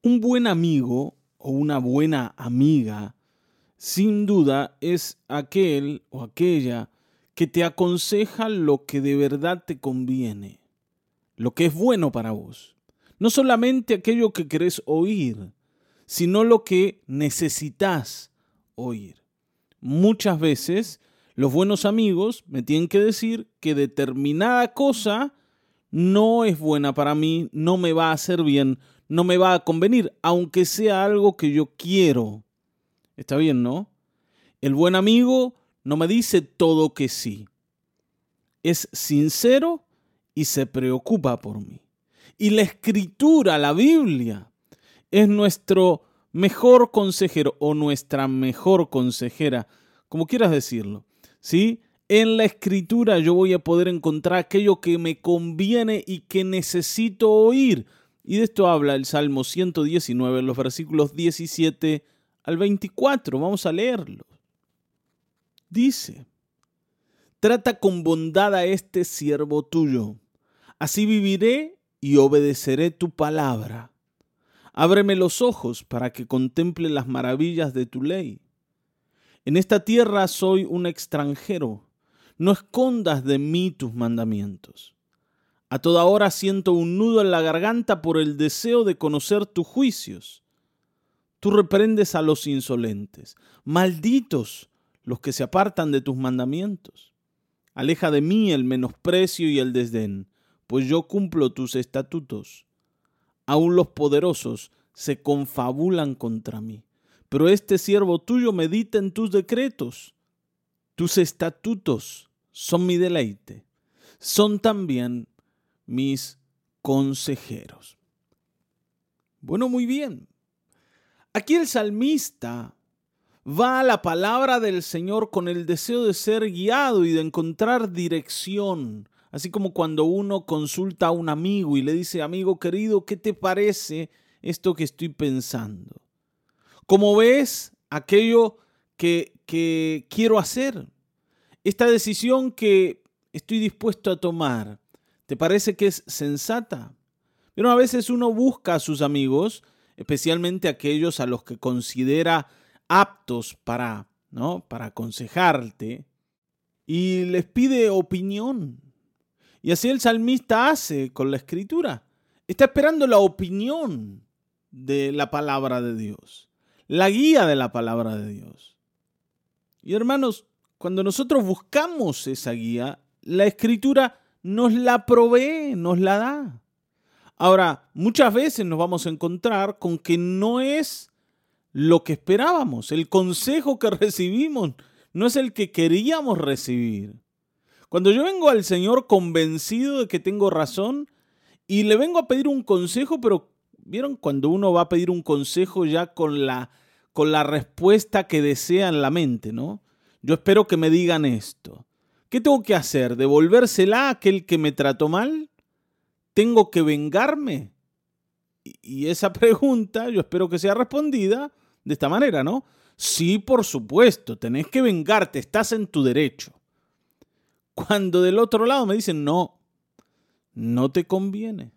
Un buen amigo o una buena amiga, sin duda, es aquel o aquella que te aconseja lo que de verdad te conviene, lo que es bueno para vos. No solamente aquello que querés oír, sino lo que necesitas oír. Muchas veces los buenos amigos me tienen que decir que determinada cosa no es buena para mí, no me va a hacer bien, no me va a convenir, aunque sea algo que yo quiero. Está bien, ¿no? El buen amigo no me dice todo que sí. Es sincero y se preocupa por mí. Y la escritura, la Biblia, es nuestro mejor consejero o nuestra mejor consejera, como quieras decirlo, ¿sí? En la escritura yo voy a poder encontrar aquello que me conviene y que necesito oír. Y de esto habla el Salmo 119, los versículos 17 al 24. Vamos a leerlo. Dice: trata con bondad a este siervo tuyo, así viviré y obedeceré tu palabra. Ábreme los ojos para que contemple las maravillas de tu ley. En esta tierra soy un extranjero. No escondas de mí tus mandamientos. A toda hora siento un nudo en la garganta por el deseo de conocer tus juicios. Tú reprendes a los insolentes. Malditos los que se apartan de tus mandamientos. Aleja de mí el menosprecio y el desdén, pues yo cumplo tus estatutos. Aún los poderosos se confabulan contra mí. Pero este siervo tuyo medita en tus decretos. Tus estatutos son mi deleite. Son también mis consejeros. Bueno, muy bien. Aquí el salmista va a la palabra del Señor con el deseo de ser guiado y de encontrar dirección. Así como cuando uno consulta a un amigo y le dice: amigo querido, ¿qué te parece esto que estoy pensando? ¿Cómo ves aquello que quiero hacer? Esta decisión que estoy dispuesto a tomar, ¿te parece que es sensata? Pero a veces uno busca a sus amigos, especialmente aquellos a los que considera aptos para, ¿no?, para aconsejarte, y les pide opinión. Y así el salmista hace con la escritura. Está esperando la opinión de la palabra de Dios, la guía de la palabra de Dios. Y hermanos, cuando nosotros buscamos esa guía, la escritura nos la provee, nos la da. Ahora, muchas veces nos vamos a encontrar con que no es lo que esperábamos. El consejo que recibimos no es el que queríamos recibir. Cuando yo vengo al Señor convencido de que tengo razón y le vengo a pedir un consejo, pero ¿vieron cuando uno va a pedir un consejo ya con la respuesta que desea en la mente, ¿no? Yo espero que me digan esto. ¿Qué tengo que hacer? ¿Devolvérsela a aquel que me trató mal? ¿Tengo que vengarme? Y esa pregunta yo espero que sea respondida de esta manera, ¿no? Sí, por supuesto, tenés que vengarte, estás en tu derecho. Cuando del otro lado me dicen: no, no te conviene.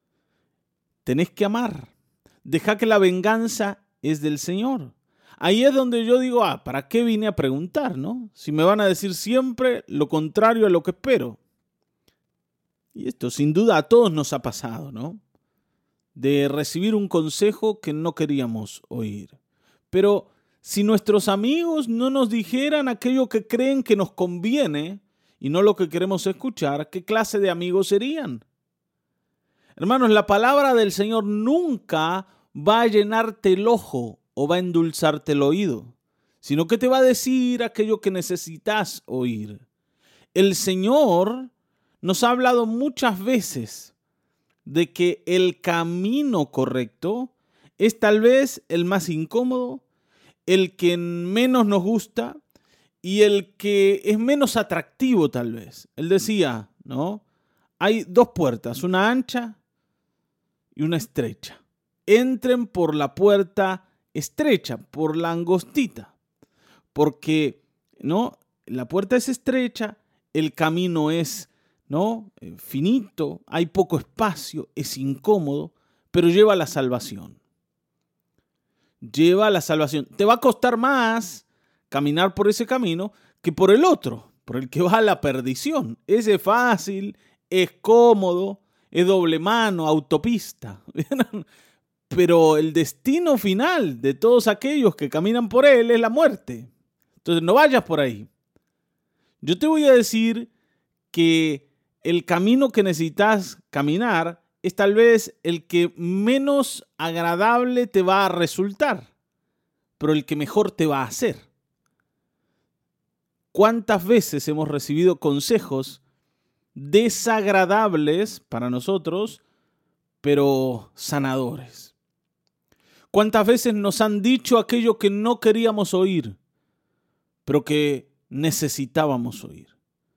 Tenés que amar. Deja que la venganza es del Señor. Ahí es donde yo digo: ¿para qué vine a preguntar, no? Si me van a decir siempre lo contrario a lo que espero. Y esto sin duda a todos nos ha pasado, ¿no? De recibir un consejo que no queríamos oír. Pero si nuestros amigos no nos dijeran aquello que creen que nos conviene y no lo que queremos escuchar, ¿qué clase de amigos serían? Hermanos, la palabra del Señor nunca va a llenarte el ojo o va a endulzarte el oído, sino que te va a decir aquello que necesitas oír. El Señor nos ha hablado muchas veces de que el camino correcto es tal vez el más incómodo, el que menos nos gusta y el que es menos atractivo tal vez. Él decía, ¿no? Hay dos puertas, una ancha y una estrecha. Entren por la puerta estrecha, por la angostita, porque, ¿no?, la puerta es estrecha, el camino es, ¿no?, finito, hay poco espacio, es incómodo, pero lleva a la salvación. lleva a la salvación. Te va a costar más caminar por ese camino que por el otro, por el que va a la perdición. Ese es fácil, es cómodo, es doble mano, autopista. Pero el destino final de todos aquellos que caminan por él es la muerte. Entonces no vayas por ahí. Yo te voy a decir que el camino que necesitas caminar es tal vez el que menos agradable te va a resultar, pero el que mejor te va a hacer. ¿Cuántas veces hemos recibido consejos desagradables para nosotros, pero sanadores? ¿Cuántas veces nos han dicho aquello que no queríamos oír, pero que necesitábamos oír?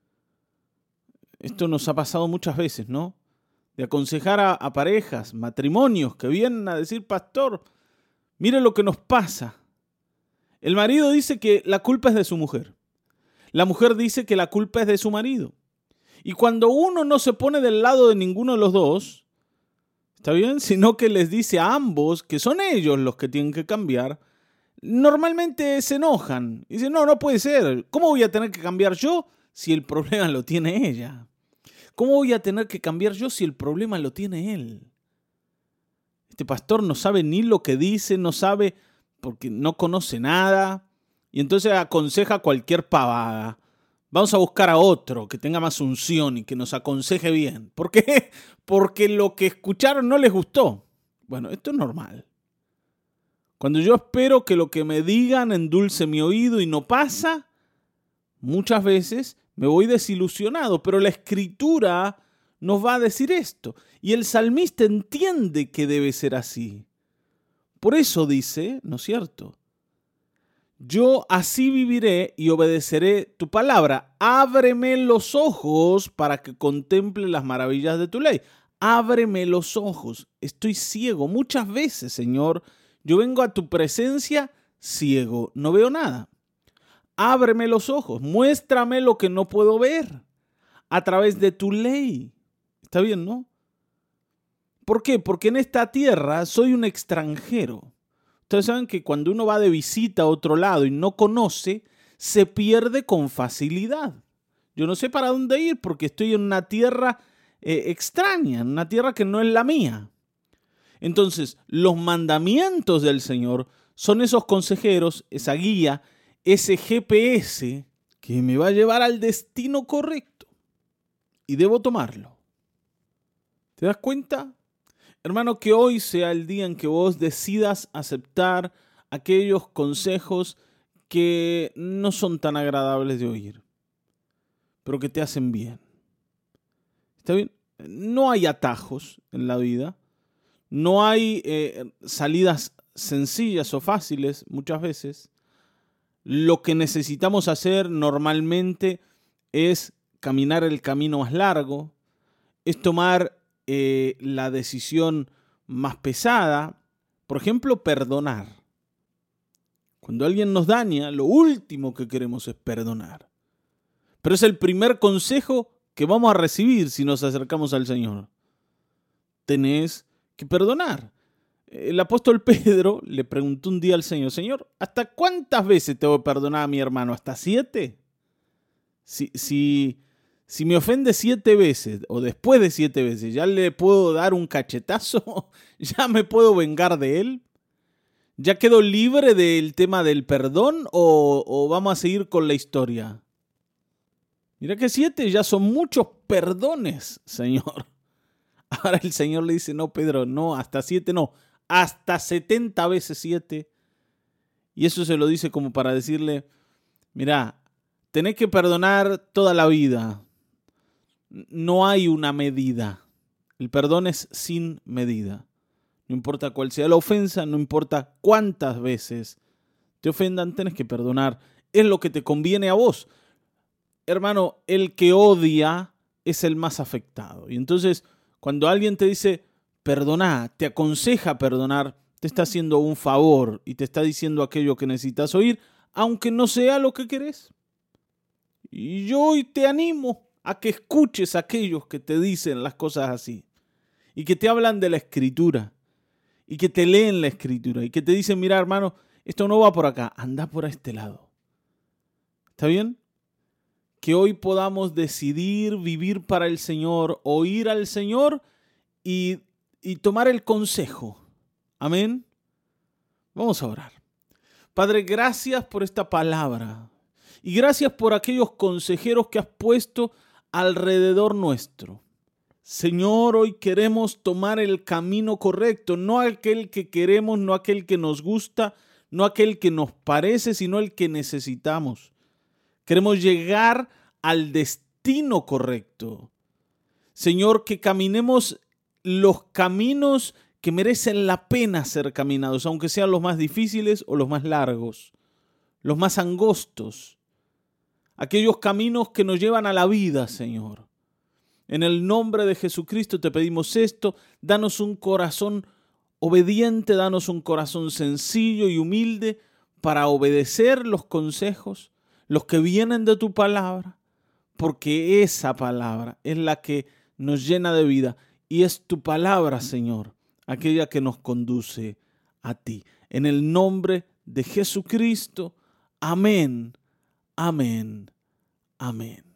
Esto nos ha pasado muchas veces, ¿no? De aconsejar a parejas, matrimonios que vienen a decir, pastor, mire lo que nos pasa. El marido dice que la culpa es de su mujer. La mujer dice que la culpa es de su marido. Y cuando uno no se pone del lado de ninguno de los dos, ¿está bien? Sino que les dice a ambos que son ellos los que tienen que cambiar, normalmente se enojan. Y dicen, no puede ser. ¿Cómo voy a tener que cambiar yo si el problema lo tiene ella? ¿Cómo voy a tener que cambiar yo si el problema lo tiene él? Este pastor no sabe ni lo que dice, no sabe porque no conoce nada. Y entonces aconseja cualquier pavada. Vamos a buscar a otro que tenga más unción y que nos aconseje bien. ¿Por qué? Porque lo que escucharon no les gustó. Bueno, esto es normal. Cuando yo espero que lo que me digan endulce mi oído y no pasa, muchas veces me voy desilusionado, pero la Escritura nos va a decir esto. Y el salmista entiende que debe ser así. Por eso dice, ¿no es cierto? Yo así viviré y obedeceré tu palabra. Ábreme los ojos para que contemple las maravillas de tu ley. Ábreme los ojos. Estoy ciego. Muchas veces, Señor, yo vengo a tu presencia ciego. No veo nada. Ábreme los ojos, muéstrame lo que no puedo ver a través de tu ley. ¿Está bien, no? ¿Por qué? Porque en esta tierra soy un extranjero. Ustedes saben que cuando uno va de visita a otro lado y no conoce, se pierde con facilidad. Yo no sé para dónde ir porque estoy en una tierra extraña, en una tierra que no es la mía. Entonces, los mandamientos del Señor son esos consejeros, esa guía, ese GPS que me va a llevar al destino correcto y debo tomarlo. ¿Te das cuenta? Hermano, que hoy sea el día en que vos decidas aceptar aquellos consejos que no son tan agradables de oír, pero que te hacen bien. ¿Está bien? No hay atajos en la vida, no hay salidas sencillas o fáciles muchas veces. Lo que necesitamos hacer normalmente es caminar el camino más largo, es tomar la decisión más pesada, por ejemplo, perdonar. Cuando alguien nos daña, lo último que queremos es perdonar. Pero es el primer consejo que vamos a recibir si nos acercamos al Señor. Tenés que perdonar. El apóstol Pedro le preguntó un día al Señor, Señor, ¿hasta cuántas veces tengo que perdonar a mi hermano? ¿Hasta 7? Si me ofende 7 veces o después de 7 veces, ¿ya le puedo dar un cachetazo? ¿Ya me puedo vengar de él? ¿Ya quedo libre del tema del perdón o vamos a seguir con la historia? Mira que 7 ya son muchos perdones, Señor. Ahora el Señor le dice, no, Pedro, no, hasta 7 no. Hasta 70 veces 7. Y eso se lo dice como para decirle, mira, tenés que perdonar toda la vida. No hay una medida. El perdón es sin medida. No importa cuál sea la ofensa, no importa cuántas veces te ofendan, tenés que perdonar. Es lo que te conviene a vos. Hermano, el que odia es el más afectado. Y entonces, cuando alguien te dice, perdoná, te aconseja perdonar, te está haciendo un favor y te está diciendo aquello que necesitas oír, aunque no sea lo que querés. Y yo hoy te animo a que escuches a aquellos que te dicen las cosas así y que te hablan de la Escritura y que te leen la Escritura y que te dicen, mira hermano, esto no va por acá, anda por este lado. ¿Está bien? Que hoy podamos decidir vivir para el Señor, oír al Señor y tomar el consejo. Amén. Vamos a orar. Padre, gracias por esta palabra y gracias por aquellos consejeros que has puesto alrededor nuestro. Señor, hoy queremos tomar el camino correcto, no aquel que queremos, no aquel que nos gusta, no aquel que nos parece, sino el que necesitamos. Queremos llegar al destino correcto. Señor, que caminemos los caminos que merecen la pena ser caminados, aunque sean los más difíciles o los más largos, los más angostos. Aquellos caminos que nos llevan a la vida, Señor. En el nombre de Jesucristo te pedimos esto. Danos un corazón obediente, danos un corazón sencillo y humilde para obedecer los consejos, los que vienen de tu palabra, porque esa palabra es la que nos llena de vida y es tu palabra, Señor, aquella que nos conduce a ti. En el nombre de Jesucristo, amén, amén, amén.